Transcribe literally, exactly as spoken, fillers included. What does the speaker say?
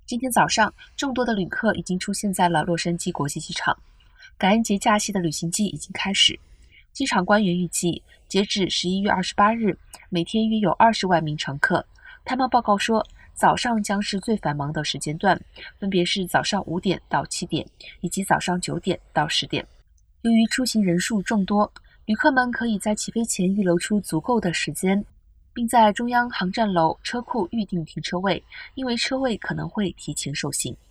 今天早上，众多的旅客已经出现在了洛杉矶国际机场。感恩节假期的旅行季已经开始。机场官员预计，截至十一月二十八日，每天约有二十万名乘客。他们报告说，早上将是最繁忙的时间段，分别是早上五点到七点，以及早上九点到十点。由于出行人数众多，旅客们可以在起飞前预留出足够的时间，并在中央航站楼车库预订停车位，因为车位可能会提前售罄。